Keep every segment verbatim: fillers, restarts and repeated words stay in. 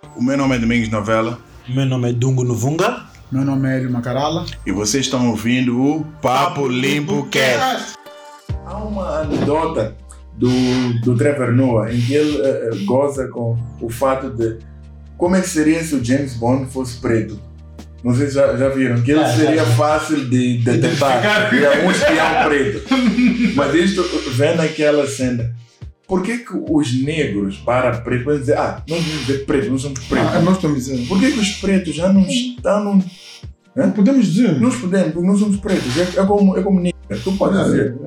O meu nome é Domingos Novela. O meu nome é Dungo Novunga. Meu nome é Hélio Macarala. E vocês estão ouvindo o Papo Limpo Cast. Há uma anedota do, do Trevor Noah em que ele uh, goza com o fato de como é que seria se o James Bond fosse preto. Não sei se já, já viram, que ele ah, seria já. fácil de detectar, seria um espião preto. Mas isto vem naquela cena. Por que que os negros para pretos podem dizer, ah, nós vamos dizer preto, nós somos pretos? Ah, nós estamos dizendo. Por que que os pretos já não estão no... Não podemos dizer. Nós podemos, porque nós somos pretos. É, é como, é como negro, tu podes dizer.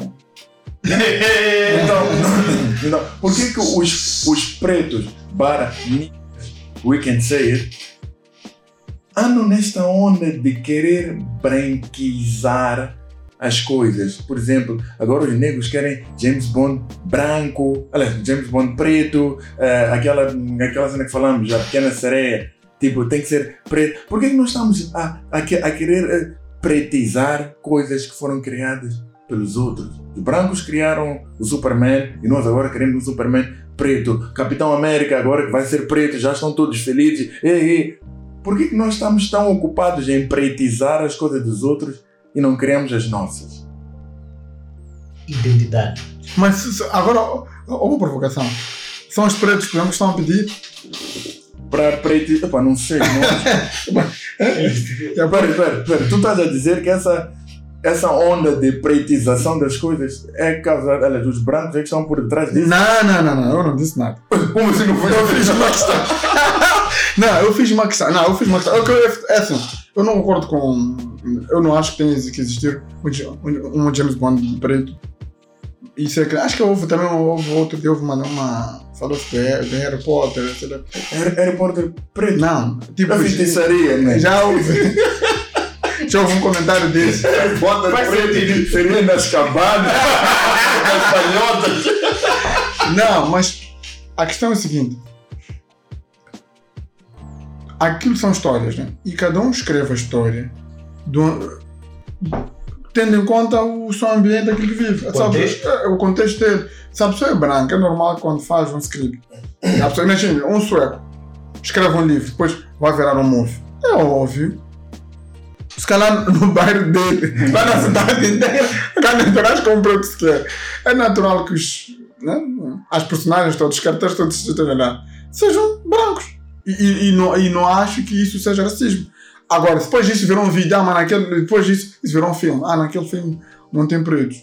Então, então, por que que os, os pretos para negros, we can say it, andam nesta onda de querer branquizar as coisas? Por exemplo, agora os negros querem James Bond branco, aliás, James Bond preto, uh, aquela, aquela cena que falamos, a Pequena Sereia, tipo, tem que ser preto. Por que que nós estamos a, a, a querer uh, pretizar coisas que foram criadas pelos outros? Os brancos criaram o Superman e nós agora queremos um Superman preto. Capitão América agora que vai ser preto, já estão todos felizes. Ei, ei. Por que que nós estamos tão ocupados em pretizar as coisas dos outros e não criamos as nossas? Identidade. Mas agora, uma provocação. São os pretos que estão a pedir? Para pretizar... Epá, não sei. Não... Espera, espera, espera. Tu estás a dizer que essa, essa onda de pretização das coisas é causada... Olha, os brancos é que estão por detrás disso? Não, não, não, não. Eu não disse nada. Como assim não foi? Eu fiz uma questão. Não, eu fiz uma questão. Não, eu fiz uma questão. É assim, eu não concordo com... Eu não acho que tenha que existir um, um James Bond preto. Isso é que... Acho que houve também houve outro que houve uma... uma falou-se de, de Harry Potter. Harry, Harry Potter preto? Não. Tipo... A feitiçaria, né? Já houve... Já houve um comentário desse. Harry Potter preto seria nas cabanas, nas palhotas. Não, mas a questão é a seguinte. Aquilo são histórias, né? E cada um escreve a história do, tendo em conta o seu ambiente, aquilo que vive. O contexto, sabe, o contexto dele. Se a pessoa é branca, é normal quando faz um script. A pessoa, imagina, um sueco escreve um livro, depois vai virar um monstro. É óbvio. Se calhar no bairro dele, lá na cidade inteira, cada naturais compra o que se quer. É natural que os, né, as personagens todos, os cartões todos que estejam lá, sejam brancos. E, e, e, não, e não acho que isso seja racismo. Agora, depois disso virou um vídeo, ah, mas naquele, depois disso isso virou um filme. Ah, naquele filme não tem pretos.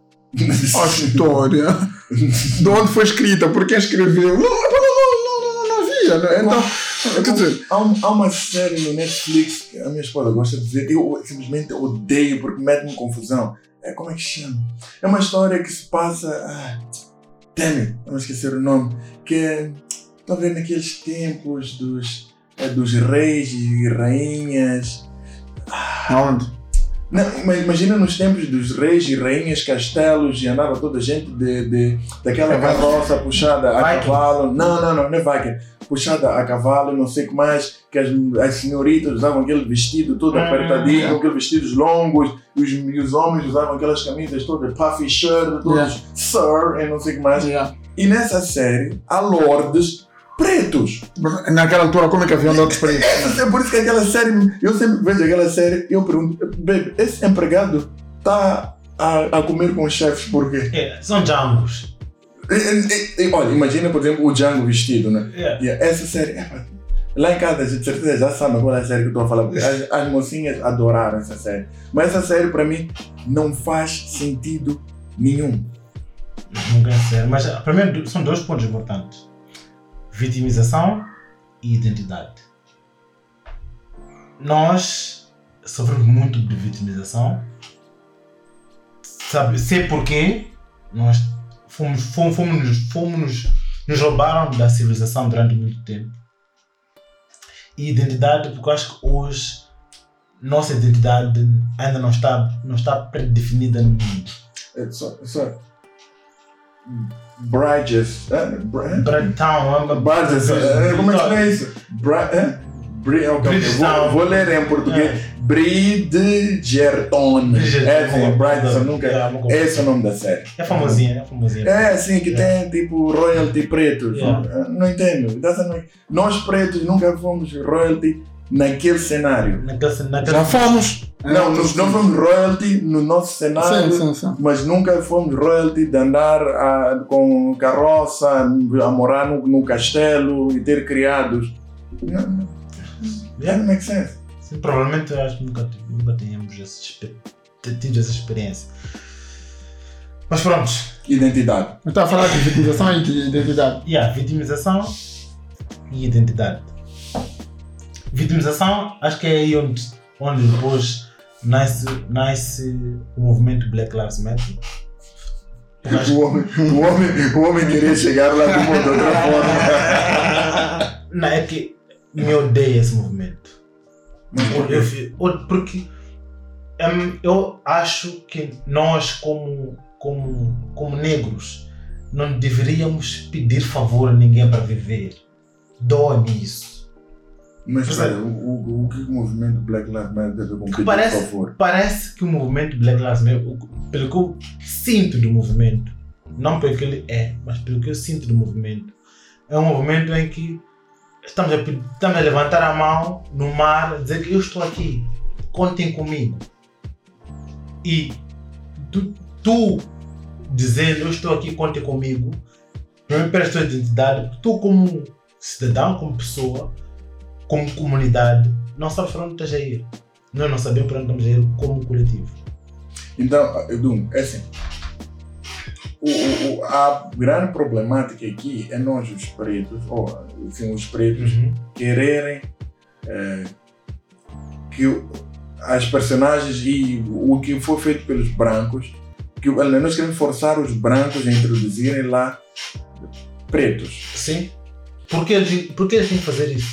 A história de onde foi escrita, por quem escreveu. Não, não, não, não, não, não havia. Né? Então, quer dizer, há, um, há uma série no Netflix que a minha esposa gosta de ver, eu simplesmente odeio porque mete-me confusão. É, como é que chama? É uma história que se passa. Ah, damn it, não esquecer o nome. Que é. Estão a ver naqueles tempos dos, é, dos reis e rainhas. Aonde? Não, imagina nos tempos dos reis e rainhas, castelos, e andava toda a gente de, de, daquela é carroça puxada a Viking. Cavalo. Não, não, não, não é Viking. Puxada a cavalo, não sei o que mais, que as, as senhoritas usavam aquele vestido todo hum, apertadinho, é. aqueles vestidos longos, e os, e os homens usavam aquelas camisas todas puffy shirt, todos yeah. sir, e não sei o que mais. Yeah. E nessa série há lordes pretos. Naquela altura, como é que haviam lordes pretos? É por isso que aquela série, eu sempre vejo aquela série e eu pergunto, baby, esse empregado está a, a comer com os chefes por quê? É, são Djangos. E, e, e, olha, imagina, por exemplo, o Django vestido, né? Yeah. Yeah, essa série, é, lá em casa, de certeza já sabem qual é a série que eu estou a falar, porque as, as mocinhas adoraram essa série. Mas essa série, para mim, não faz sentido nenhum. Não quer ser, mas para mim são dois pontos importantes. Vitimização e identidade. Nós sofremos muito de vitimização. Sabe, sei porquê. Nós fomos, fomos, fomos, fomos nos roubaram da civilização durante muito tempo. E identidade, porque eu acho que hoje nossa identidade ainda não está, não está predefinida no mundo. É só, só. Bridges, eh? Bridgetown, Bridges, eh? Como é que é isso? Bri- eh? Bri- okay, okay. Vou, vou ler em português. É. Bridgerton. Bridgerton. É assim, Bridgerton nunca. Yeah, nunca- Esse é o nome da série. É famosinha, é famosinha. É assim, que Yeah. tem tipo royalty pretos. Yeah. Não entendo. Doesn't make- Nós pretos nunca fomos royalty naquele cenário. Naquele, naquele... Já fomos. Não, nós não fomos royalty no nosso cenário. Sim, sim, sim. Mas nunca fomos royalty de andar ah, com carroça, a morar no, no castelo e ter criados. Não, não. Yeah, não make sense. Sim, provavelmente eu acho que nunca, nunca tenhamos esse, exper- tido essa experiência. Mas pronto, Identidade. Eu estava a falar de vitimização e de identidade. yeah, vitimização e identidade. Vitimização, acho que é aí onde, onde depois nasce, nasce o movimento Black Lives Matter. Eu acho O homem, o, homem, o homem queria chegar lá de uma de outra forma. Não, é que me odeia esse movimento. Eu- eu- eu- porque hum, eu acho que nós, como, como, como negros, não deveríamos pedir favor a ninguém para viver. Dói-me isso. Mas espera, o, o, o que o movimento Black Lives Matter deve cumprir, por Parece, favor? parece que o movimento Black Lives Matter, o- pelo que eu sinto do movimento, não pelo que ele é, mas pelo que eu sinto do movimento, é um movimento em que estamos a, pe- estamos a levantar a mão no mar, a dizer que eu estou aqui, contem comigo. E tu, tu dizendo eu estou aqui, contem comigo, primeiro pela tua identidade, tu como cidadão, como pessoa, como comunidade, não sabes para onde estás a ir. Nós não sabemos para onde estamos a ir como coletivo. Então, Edu, é assim. O, o, o- a grande problemática aqui é nós, os pretos, ou assim, os pretos, quererem eh, que o- as personagens e o que foi feito pelos brancos, que olha, nós queremos forçar os brancos a introduzirem lá pretos. Sim. Por que eles, por que eles têm que fazer isso?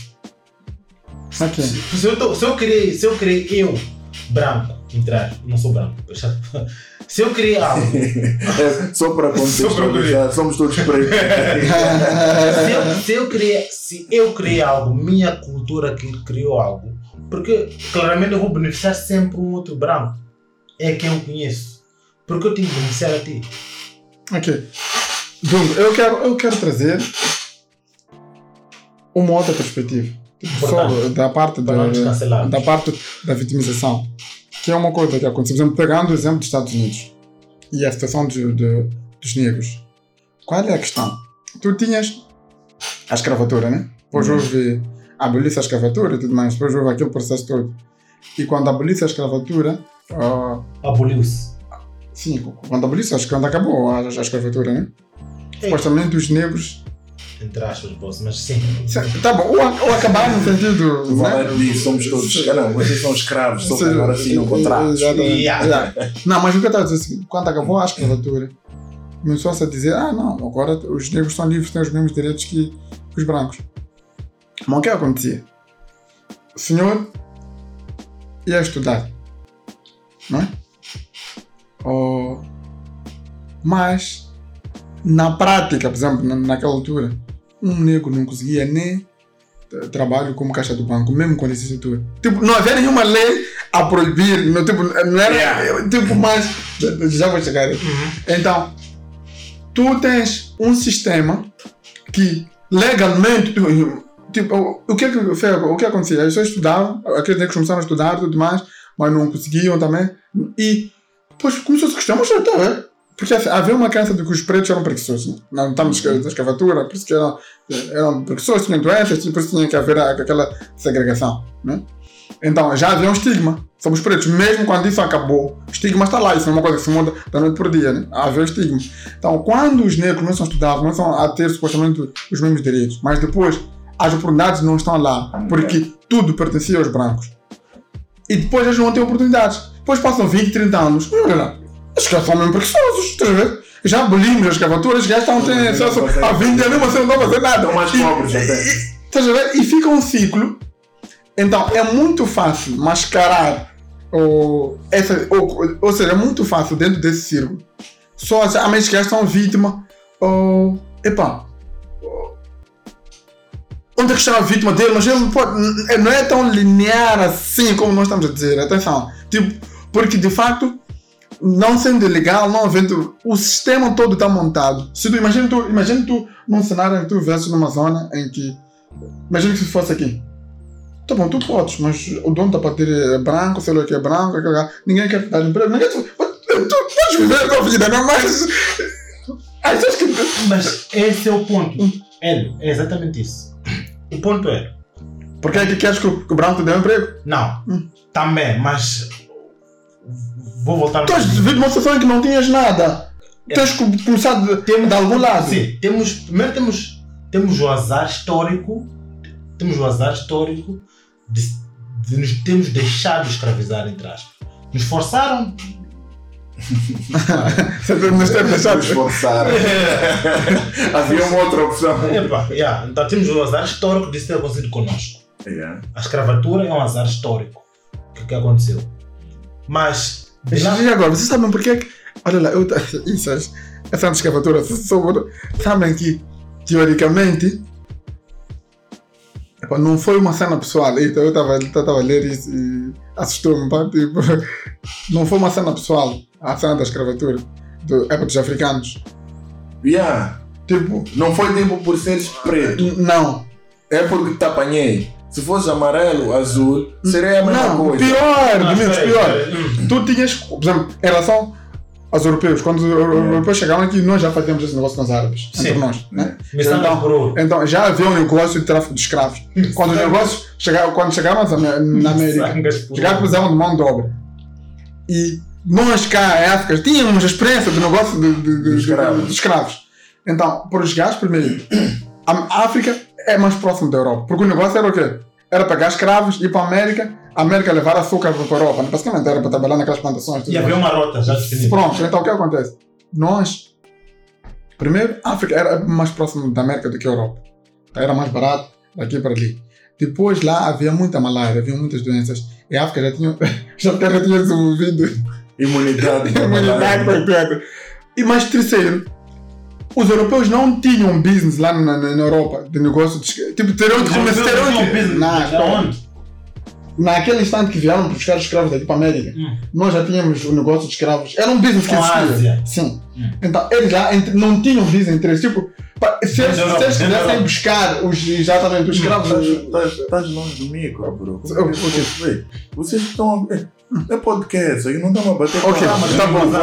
Ok. Se, se eu, tô- se eu querer, se eu querer eu, branco, entrar, não sou branco, já- se eu querer algo, É, só para contextualizar, somos todos pretos. se eu, se eu querer, se eu criei algo, minha cultura que criou algo, porque claramente eu vou beneficiar sempre um outro branco, é quem eu conheço, porque eu tenho que beneficiar a ti. Ok. Dunga, eu quero, eu quero trazer uma outra perspectiva. Tipo, só Importante. da parte Para não nos da, cancelarmos. da parte da vitimização. Que é uma coisa que aconteceu. Por exemplo, pegando o exemplo dos Estados Unidos e a situação de, de, dos negros. Qual é a questão? Tu tinhas a escravatura, né? Depois houve a abolição da escravatura e tudo mais. Depois houve aquele processo todo. E quando aboliu a escravatura, ah, Aboliu-se. sim, quando aboliu quando acabou a, a escravatura, né? Supostamente os negros. Entre aspas, posso, mas sim. Tá bom, ou, ou acabar no sentido. O valor disso, somos todos. Ah, não, vocês são escravos, só que agora assinam contratos. Exatamente. Yeah. Yeah. Não, mas o que eu estava a dizer é o seguinte: quando acabou a escravatura, começou-se a dizer: ah, não, agora os negros são livres, têm os mesmos direitos que, que os brancos. Mas o que acontecia? O senhor ia estudar, não é? Oh, mas, na prática, por exemplo, na, naquela altura, um negro não conseguia nem eh, trabalho como caixa do banco, mesmo com licenciatura. Tipo, não havia nenhuma lei a proibir, não, tipo, não era, Yeah. tipo, mas, já vou chegar aí. Então, tu tens um sistema que legalmente, tu- tipo, o, o que é que foi, o que acontecia? As pessoas estudavam, aqueles negros começaram a estudar e tudo mais, mas não conseguiam também, e depois começou a se questionar, mas tá, é? Porque assim, havia uma crença de que os pretos eram preguiçosos, né? Não estamos na escravatura, por isso que eram, eram preguiçosos, tinham doenças, por isso tinha que haver aquela segregação, né? Então já havia um estigma sobre os pretos, mesmo quando isso acabou, o estigma está lá, isso não é uma coisa que se muda da noite por dia, né? Havia um estigma. Então quando os negros começam a estudar, começam a ter supostamente os mesmos direitos, mas depois as oportunidades não estão lá, porque tudo pertencia aos brancos. E depois eles não têm oportunidades. Depois passam vinte, trinta anos, olha lá, os caras são mesmo preguiçosos, estás a ver? Já abolimos as escravaturas, os gajos estão tendo acesso a vinte anos, mas você não estão a fazer nada. Estão mais E- pobres até. e- Estás a ver? E fica um ciclo. Então é muito fácil mascarar, ou, essa, ou, ou seja, é muito fácil dentro desse círculo. Só a menos que elas são vítima, ou, epá, ou, onde é que está a vítima dele, mas ele pode, não é tão linear assim como nós estamos a dizer, atenção, tipo, porque de facto, não sendo ilegal, não havendo, o sistema todo está montado. Se tu, imagina tu, imagina tu num cenário em que tu vês numa zona em que, imagina que se fosse aqui, tá bom, tu podes, mas o dono da patria é branco, sei lá que é branco, aquele, ninguém quer dar emprego, ninguém, tu, tu podes viver a tua vida, não é mais... Achas que... Mas esse é o ponto, Hélio, é exatamente isso. O ponto é... Porque é que queres que o, que o branco te dê um emprego? Não, hum. também, mas... Vou voltar... Tu has vivido uma situação em que não tinhas nada. É. Tens que começar de, temos, de algum lado. Sim, temos, primeiro temos, temos o azar histórico, temos o azar histórico de, de nos termos deixado escravizar, entre aspas. Nos forçaram... Nos temos deixado esforçar. Havia uma outra opção. Epa, yeah. Então temos o azar histórico de isso ter acontecido connosco. Yeah. A escravatura é um azar histórico que, que aconteceu. Mas lá... E agora, vocês sabem porque é que... Olha lá, eu, isso, essa escravatura, sabem que teoricamente epa, não foi uma cena pessoal. Eu estava a ler isso e assustou-me, pá, tipo, não foi uma cena pessoal. A cena da escravatura do, é para dos africanos. Yeah. Tipo, não foi tipo por seres preto. Não. É porque te apanhei. Se fosse amarelo, azul, seria a mesma não, coisa. Pior, não, menos sei, pior. Sei. Tu tinhas, por exemplo, em relação aos europeus, quando os europeus chegaram aqui, nós já fazíamos esse negócio com os árabes, sim, entre nós. Né? Então, então já havia um negócio de tráfico de escravos. Quando os negócios chegaram, quando chegaram na América, chegaram precisavam de mão de obra. E nós cá em África tínhamos a experiência do negócio de, de, de, de, escravos. de escravos. Então, para os gajos, primeiro, a África é mais próximo da Europa. Porque o negócio era o quê? Era pegar escravos, ir para a América, a América levar açúcar para a Europa. Basicamente era para trabalhar naquelas plantações. E havia uma rota já definida. Pronto, então o que acontece? Nós, primeiro, a África era mais próximo da América do que a Europa. Era mais barato daqui para ali. Depois lá havia muita malária, havia muitas doenças. E a África já tinha, já tinha desenvolvido imunidade. imunidade para tudo. E mais terceiro, os europeus não tinham business lá na, na, na Europa de negócio de, tipo, teriam que começar a business. Onde? Naquele instante que vieram buscar os escravos daqui para a América, hum. nós já tínhamos o negócio de escravos. Era um business que existia. Sim. Hum. Então, eles já entre, não tinham business entre eles. Tipo, se eles, se eles quisessem buscar os, exatamente os escravos... Estás longe do micro, bro. Okay. Vocês estão a ver. É podcast, aí não dá uma bater com okay, mas tá bom.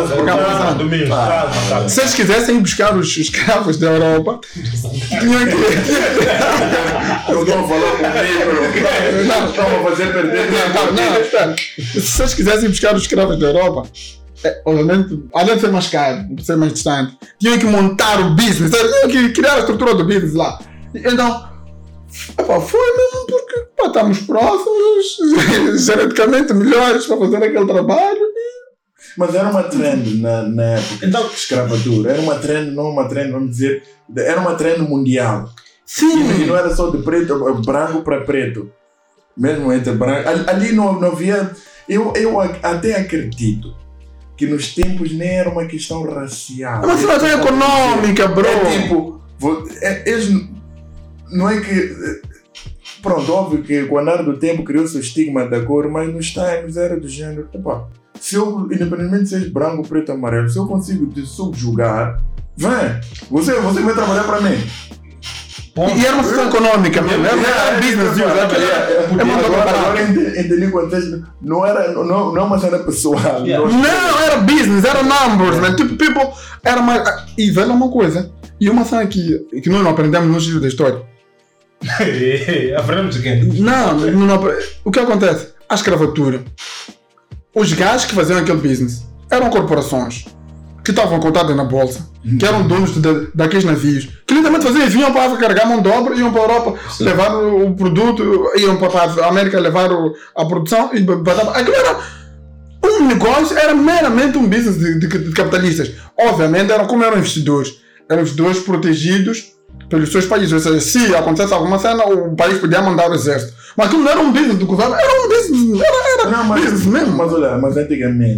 Se eles quisessem buscar os escravos da Europa, tinham que. Não estão a falar comigo, não estão a fazer perder. Não, não, espera. Se eles quisessem buscar os escravos da Europa, é, obviamente, além de ser mais caro, de ser mais distante, tinham que montar o business, tinham que criar a estrutura do business lá. Então. Epá, foi mesmo porque pá, estamos próximos, geneticamente melhores para fazer aquele trabalho. Mas era uma trend na, na época então, de escravatura, era uma trend, não uma trend, vamos dizer, era uma trend mundial. Sim. E não era só de preto, branco para preto, mesmo entre branco. Ali não, não havia. Eu, eu até acredito que nos tempos nem era uma questão racial. É uma situação econômica, bro. É tipo, é, eles. Não é que... Pronto, óbvio que com o andar do tempo criou-se o estigma da cor, mas nos times era do género... Epá, se eu, independentemente de seres branco, preto ou amarelo, se eu consigo te subjugar, vem, você, você vai trabalhar para mim. Bom, e era uma situação econômica mesmo, era um business, agora entendi o contexto, não era não, não é uma cena pessoal. Yeah. Não, era business, era numbers, man. Tipo, people, era mais... E velho, uma coisa, e uma cena que, que nós não aprendemos no livro da história. Aprendemos o quê? Não, não, não, o que acontece? A escravatura. Os gajos que faziam aquele business eram corporações que estavam cotadas na bolsa, uhum. que eram donos de, daqueles navios, que literalmente faziam, vinham para a África carregar mão de obra, iam para a Europa Sim. levar o produto, iam para a América levar o, a produção e aquilo era um negócio, era meramente um business de, de, de capitalistas. Obviamente, eram como eram investidores, eram investidores protegidos pelos seus países, ou seja, se acontecesse alguma cena, o país podia mandar o exército. Mas aquilo não era um business do governo, era um business, era, era não, mas, business mesmo. Mas olha, mas antigamente,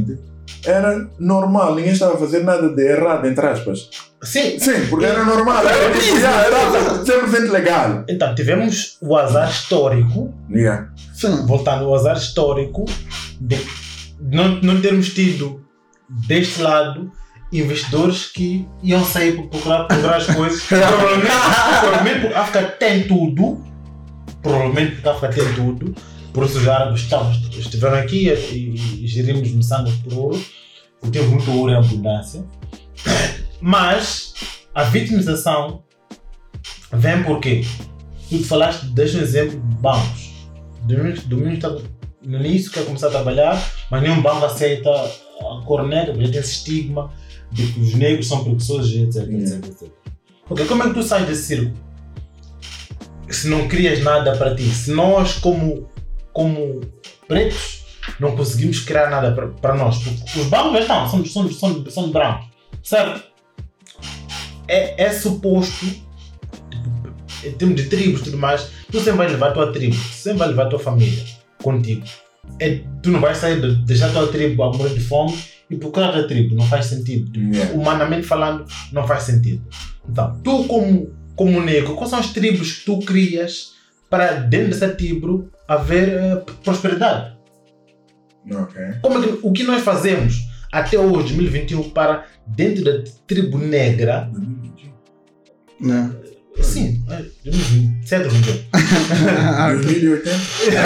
era normal, ninguém estava a fazer nada de errado, entre aspas. Sim. Sim, porque era normal, era, tipo, já, era cem por cento legal. Então, tivemos o azar histórico, Yeah. Sim. voltando ao azar histórico, de não, não termos tido deste lado investidores que iam sair para procurar, procurar as coisas. provavelmente, provavelmente porque a África tem tudo, provavelmente porque a África tem tudo, por isso os árabes estavam, estiveram aqui e, e gerimos miçangas por ouro, porque temos muito ouro em abundância. Mas a vitimização vem porque tu falaste, deixa um exemplo de bancos. Domingos, Domingos está no início, quer começar a trabalhar, mas nenhum banco aceita a cor negra, porque tem esse estigma de que os negros são preguiçosos, etc, etc, etc. Porque como é que tu sais desse círculo? Se não crias nada para ti, se nós como, como pretos não conseguimos criar nada para, para nós, porque os bancos não, são, são, são, são brancos, certo? É, é suposto, tipo, em termos de tribos e tudo mais, tu sempre vais levar a tua tribo, sempre vais levar a tua família contigo. É, tu não vais sair de deixar a tua tribo a morrer de fome e procurar a tribo, não faz sentido. Yeah. Humanamente falando, não faz sentido. Então, tu como, como negro, quais são as tribos que tu crias para dentro dessa tribo haver uh, prosperidade? Ok. Como é que, o que nós fazemos até hoje, dois mil e vinte e um, para dentro da tribo negra? Não. Sim, dois mil e vinte e sete ou vinte e um? dois mil e oitenta?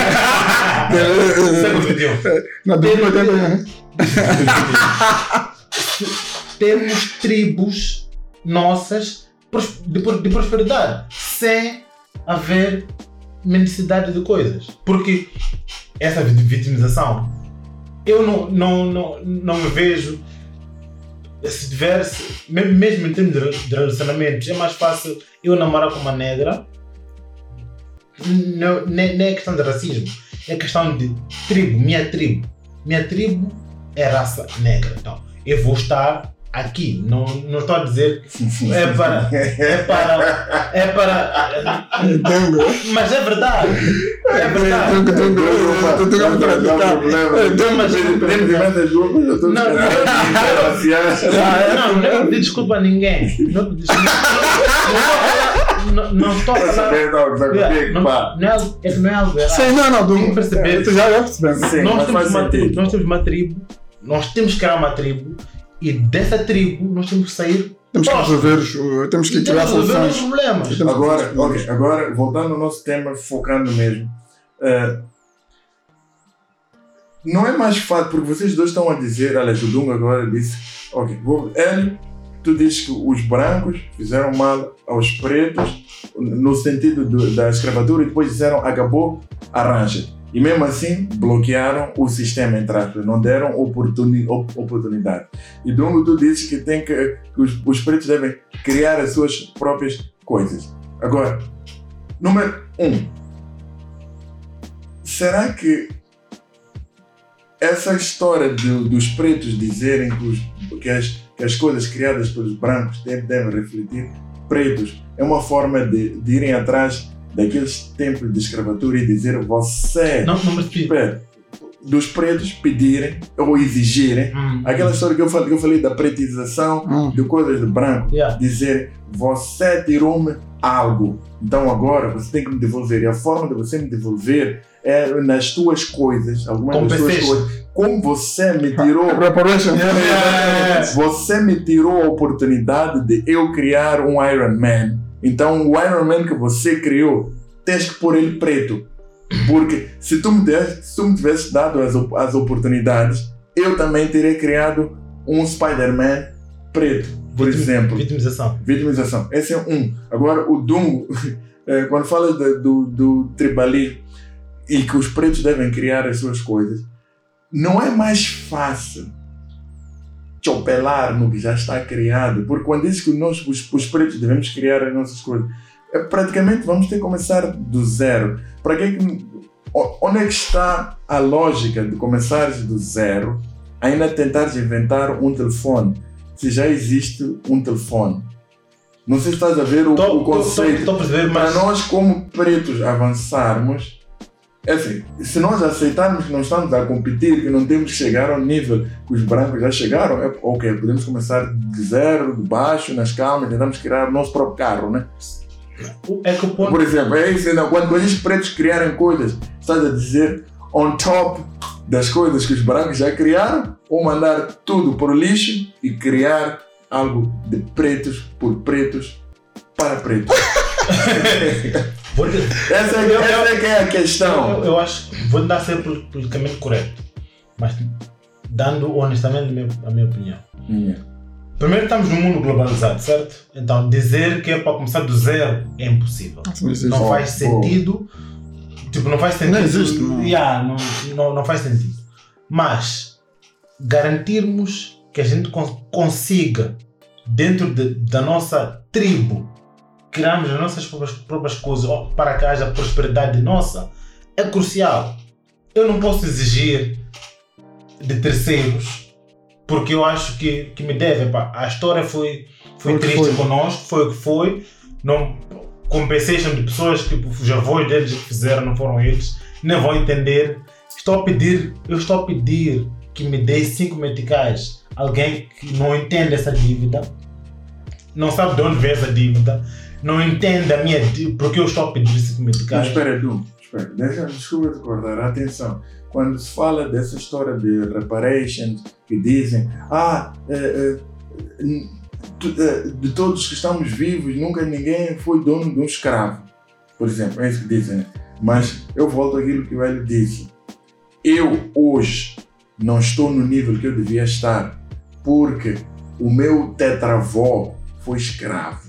Século vinte e um. Não, dois mil e oitenta, né? Temos tribos nossas de, de prosperidade sem haver necessidade de coisas. Porque essa vitimização, eu não, não, não, não me vejo. Se tiver, mesmo em termos de relacionamentos, é mais fácil eu namorar com uma negra. Não, não é questão de racismo, é questão de tribo, minha tribo. Minha tribo é raça negra. Então, eu vou estar aqui. Não, não estou a dizer é para. É para. É para. Mas é verdade. É verdade. Não, não é pedir desculpa a ninguém. Não não estou a falar. Não é que não é algo errado. Sim, não, não. Tem que perceber. Tu já percebeu. Nós temos uma tribo. Nós temos uma tribo. Nós temos que criar uma tribo. E dessa tribo nós temos que sair. Temos que resolver os. Temos que criar soluções. Problemas. Agora, okay, agora, voltando ao nosso tema, focando mesmo. Uh, não é mais fácil, porque vocês dois estão a dizer, aliás, o Dunga agora disse, ok, ele, tu dizes que os brancos fizeram mal aos pretos no sentido do, da escravatura e depois disseram, acabou, arranja. E mesmo assim, bloquearam o sistema, entre aspas, não deram oportuni, op, oportunidade. E Dunga, tu dizes que, tem que, que os, os pretos devem criar as suas próprias coisas. Agora, número um, será que essa história de, dos pretos dizerem que, os, que, as, que as coisas criadas pelos brancos devem, devem refletir pretos é uma forma de, de irem atrás daqueles tempos de escravatura e dizer você não, não espera, dos pretos pedirem ou exigirem hum, aquela história que eu falei, que eu falei da pretização hum. de coisas de branco, yeah. dizer você tirou-me algo, então agora você tem que me devolver, e a forma de você me devolver é nas tuas coisas, algumas das tuas coisas, como você me tirou Reparation. você me tirou a oportunidade de eu criar um Iron Man. Então o Iron Man que você criou, tens que pôr ele preto. Porque se tu me, desse, se tu me tivesse dado as, as oportunidades, eu também teria criado um Spider-Man preto, por Vitim, exemplo. Vitimização. Vitimização. Esse é um. Agora o Dungo, quando fala de, do, do tribalismo e que os pretos devem criar as suas coisas, não é mais fácil chopelar no que já está criado, porque quando diz que nós, os, os pretos, devemos criar as nossas coisas, é, praticamente vamos ter que começar do zero. Para que, onde é que está a lógica de começar do zero, ainda tentar inventar um telefone, se já existe um telefone? Não sei se estás a ver o, tô, o conceito. Tô, tô, tô perceber, Para mas... nós, como pretos, avançarmos, É assim, se nós aceitarmos que não estamos a competir, que não temos que chegar ao nível que os brancos já chegaram, é ok, podemos começar de zero, de baixo, nas calmas, tentamos criar o nosso próprio carro, né? É que o ponto... Por exemplo, é isso, não, quando os pretos criarem coisas, estás a dizer on top das coisas que os brancos já criaram, ou mandar tudo por lixo e criar algo de pretos por pretos para pretos. Vou te- Essa é, Eu- essa é que é a questão. Eu, eu acho, vou dar sempre politicamente correto, mas dando honestamente a minha, a minha opinião. Yeah. Primeiro, estamos num mundo globalizado, certo? Então, dizer que é para começar do zero é impossível. Não existe. Não Oh, faz sentido. Tipo, não faz sentido. Não existe, não. Yeah, não, não, não faz sentido. Mas garantirmos que a gente cons- consiga, dentro de- da nossa tribo, criarmos as nossas próprias, próprias coisas ó, para que haja prosperidade nossa, é crucial. Eu não posso exigir de terceiros, porque eu acho que, que me deve. Pá. A história foi, foi Foi o que triste foi. connosco, foi o que foi. Não, compensation de pessoas, tipo, os avós deles que fizeram, não foram eles, nem vão entender. Estou a pedir, eu estou a pedir que me dê cinco meticais. Alguém que não entende essa dívida, não sabe de onde vem essa dívida, não entende a minha dívida, porque eu estou a pedir cinco Mas meticais. espera, Edu, espera, deixa, desculpa recordar, atenção. Quando se fala dessa história de reparations, que dizem, ah, eh, eh, n- tu- eh, de todos que estamos vivos, nunca ninguém foi dono de um escravo. Por exemplo, é isso que dizem, né? Mas eu volto àquilo que o Hélio disse. Eu, hoje, não estou no nível que eu devia estar, porque o meu tetravó foi escravo.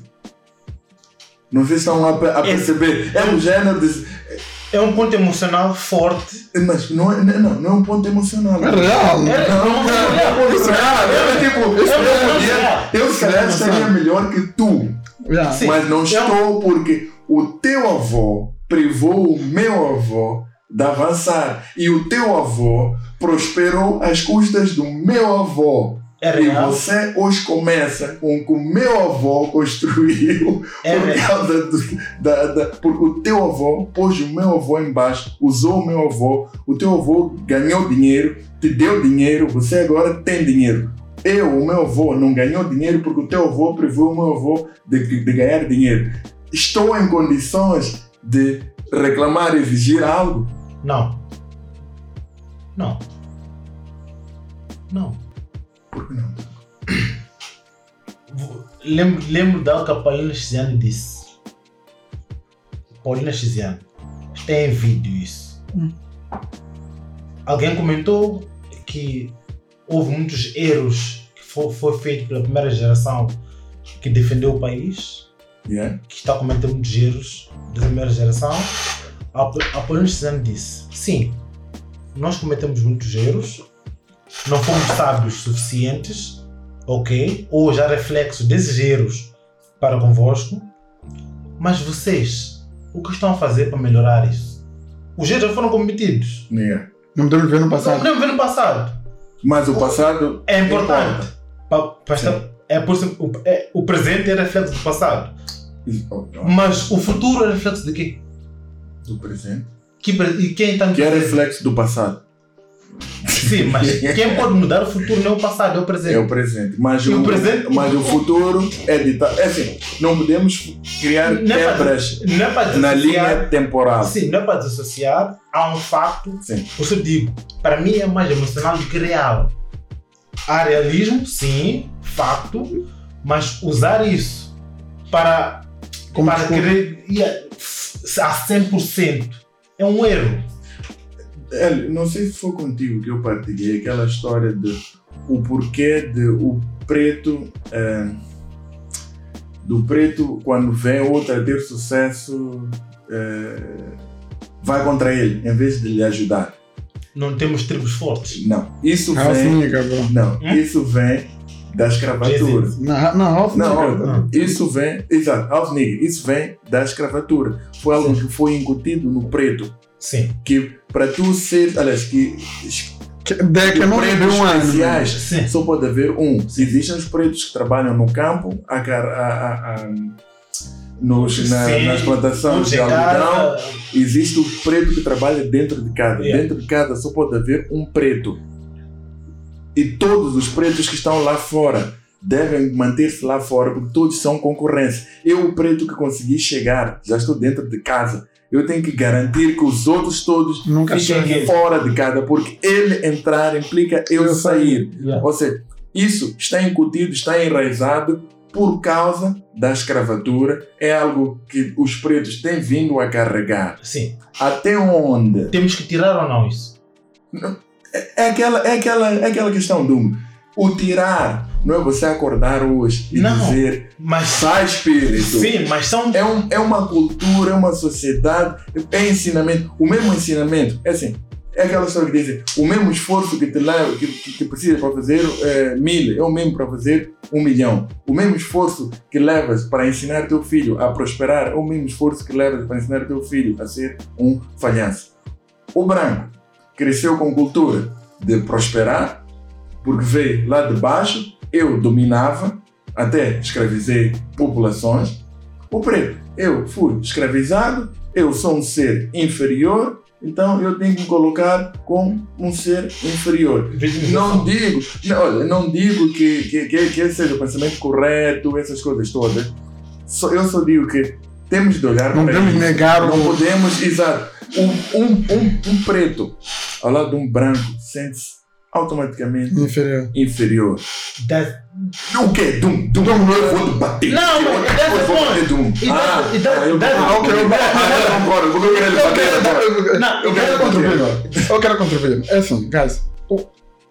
Não sei se estão a, a perceber. É um género de... É um ponto emocional forte. Mas não é, não, não é um ponto emocional. É real. Não, não, não é um ponto emocional. É tipo, eu, podia, eu se calhar estaria melhor que tu, Yeah. Sim. mas não estou porque o teu avô privou o meu avô de avançar e o teu avô prosperou às custas do meu avô. É E real. você hoje começa com o que o meu avô construiu É por real. causa do, da, da, porque o teu avô pôs o meu avô embaixo, usou o meu avô, o teu avô ganhou dinheiro, te deu dinheiro, você agora tem dinheiro. Eu, o meu avô, não ganhou dinheiro porque o teu avô privou o meu avô de, de ganhar dinheiro. Estou em condições de reclamar e exigir algo? Não. Não. Não. Por que não? Vou- Lembro, lembro da que a Paulina Chiziane disse. Paulina Chiziane. Tem em vídeo isso. Hum. Alguém comentou que houve muitos erros que foi, foi feito pela primeira geração que defendeu o país, Yeah? que está a cometer muitos erros da primeira geração. A, a Paulina Chiziane disse, sim, nós cometemos muitos erros, não fomos sábios suficientes, ok? Ou já reflexo desses erros para convosco, mas vocês, o que estão a fazer para melhorar isso? Os erros já foram cometidos. Yeah. Não podemos ver no Não passado. podemos ver no passado. Mas o passado É importante. importa. Pa- pa- estar- é por isso- o, é- o presente é reflexo do passado. Oh, não. Mas o futuro é reflexo de quê? Do presente. Que, pre- e quem está no Que é presente? reflexo do passado. Sim, mas quem pode mudar o futuro não é o passado, é o presente. É o presente. Mas, E o, o presente- mas o futuro é ditado. É assim, não podemos criar Não é para- quebras Não é para na desassociar- linha temporal. Sim, não é para desassociar a um facto. Sim. Por isso eu digo, para mim é mais emocional do que real. Há realismo, sim, facto, mas usar isso para, Como para desculpa. querer ir a a cem por cento é um erro. Hélio, não sei se foi contigo que eu partilhei aquela história de o porquê de o preto eh, do preto quando vem outro a ter sucesso eh, vai contra ele em vez de lhe ajudar. Não temos tribos fortes. Não, isso Ralph vem Niga, bro. não, Hum? isso vem da escravatura. Não, não, Ralph Não, Niga. não, isso vem, exato, Ralph Niga, isso vem da escravatura. Foi algo que foi incutido no preto, Sim. que para tu ser, aliás, que Que- De que não pretos viu um ano. especiais Sim. só pode haver um. Se existem os pretos que trabalham no campo, a, car- a, a, a, nos, na, Sim, nas plantações de algodão, existe o preto que trabalha dentro de casa. Yeah. Dentro de casa só pode haver um preto. E todos os pretos que estão lá fora devem manter-se lá fora, porque todos são concorrência. Eu, o preto que consegui chegar, já estou dentro de casa. Eu tenho que garantir que os outros todos Nunca fiquem cheguem. fora de casa, porque ele entrar implica eu, Eu sair. Yeah. Ou seja, isso está incutido, está enraizado por causa da escravatura. É algo que os pretos têm vindo a carregar. Sim. Até onde? Temos que tirar ou não isso? É aquela, é aquela, é aquela questão do o tirar. Não é você acordar hoje e Não. dizer Mas sai espírito. sim, mas são. É, um, é uma cultura, é uma sociedade, é ensinamento. O mesmo ensinamento, é assim, é aquela história que dizem, o mesmo esforço que te leva, que, que, que precisa para fazer é, mil, é o mesmo para fazer um milhão. O mesmo esforço que levas para ensinar teu filho a prosperar, é o mesmo esforço que levas para ensinar teu filho a ser um falhanço. O branco cresceu com cultura de prosperar, porque veio lá de baixo, eu dominava, até escravizei populações. O preto, eu fui escravizado, eu sou um ser inferior, então eu tenho que me colocar como um ser inferior. Não digo, não, olha, não digo que, que, que, que esse seja o pensamento correto, essas coisas todas. Só, eu só digo que temos de olhar Não para podemos isso. negar Não o. podemos, exato. Um, um, um, um preto ao lado de um branco sente-se automaticamente Inferior. inferior. That- O quê? Dum, dum, dum, eu vou te bater. Não, eu, mas that's eu the vou point. bater dum. E Ah, that's- e that's- ah, eu that's- ah, ok, eu vou that's- ah, eu concordo, porque eu quero lhe bater agora. Não, Eu quero contribuir. Eu quero contribuir. É assim, guys. o-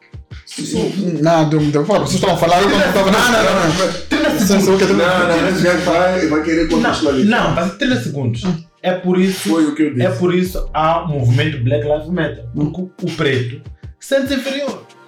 Não, Dum, Dum, fora, vocês estão a falar, eu não estava. Não, não, não. Vocês são o que Não, não, esse gajo vai, vai querer Não, contextualizar. não, mas trinta segundos. É por isso. Foi o que eu disse. É por isso há o movimento Black Lives Matter. Porque o preto sente-se inferior.